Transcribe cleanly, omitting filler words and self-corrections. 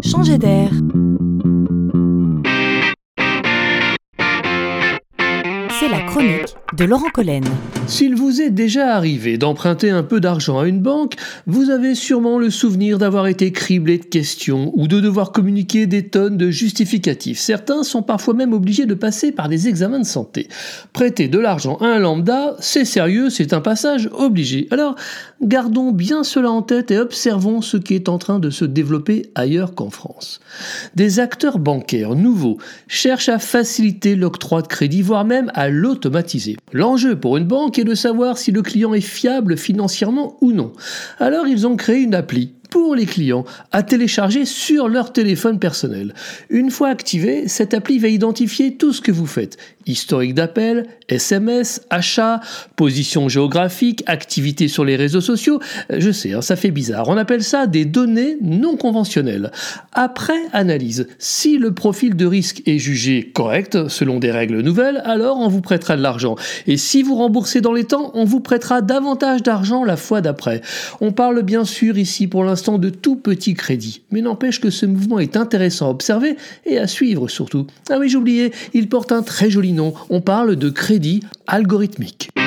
Changer d'air. C'est la chronique de Laurent Collen. S'il vous est déjà arrivé d'emprunter un peu d'argent à une banque, vous avez sûrement le souvenir d'avoir été criblé de questions ou de devoir communiquer des tonnes de justificatifs. Certains sont parfois même obligés de passer par des examens de santé. Prêter de l'argent à un lambda, c'est sérieux, c'est un passage obligé. Alors, gardons bien cela en tête et observons ce qui est en train de se développer ailleurs qu'en France. Des acteurs bancaires nouveaux cherchent à faciliter l'octroi de crédit, voire même à l'automatiser. L'enjeu pour une banque est de savoir si le client est fiable financièrement ou non. Alors ils ont créé une appli pour les clients à télécharger sur leur téléphone personnel. Une fois activée, cette appli va identifier tout ce que vous faites. Historique d'appels, SMS, achats, position géographique, activité sur les réseaux sociaux. Je sais, ça fait bizarre. On appelle ça des données non conventionnelles. Après analyse, si le profil de risque est jugé correct, selon des règles nouvelles, alors on vous prêtera de l'argent. Et si vous remboursez dans les temps, on vous prêtera davantage d'argent la fois d'après. On parle bien sûr ici pour l'instant de tout petits crédits. Mais n'empêche que ce mouvement est intéressant à observer et à suivre surtout. Ah oui, j'oubliais, il porte un très joli nom. On parle de crédit algorithmique.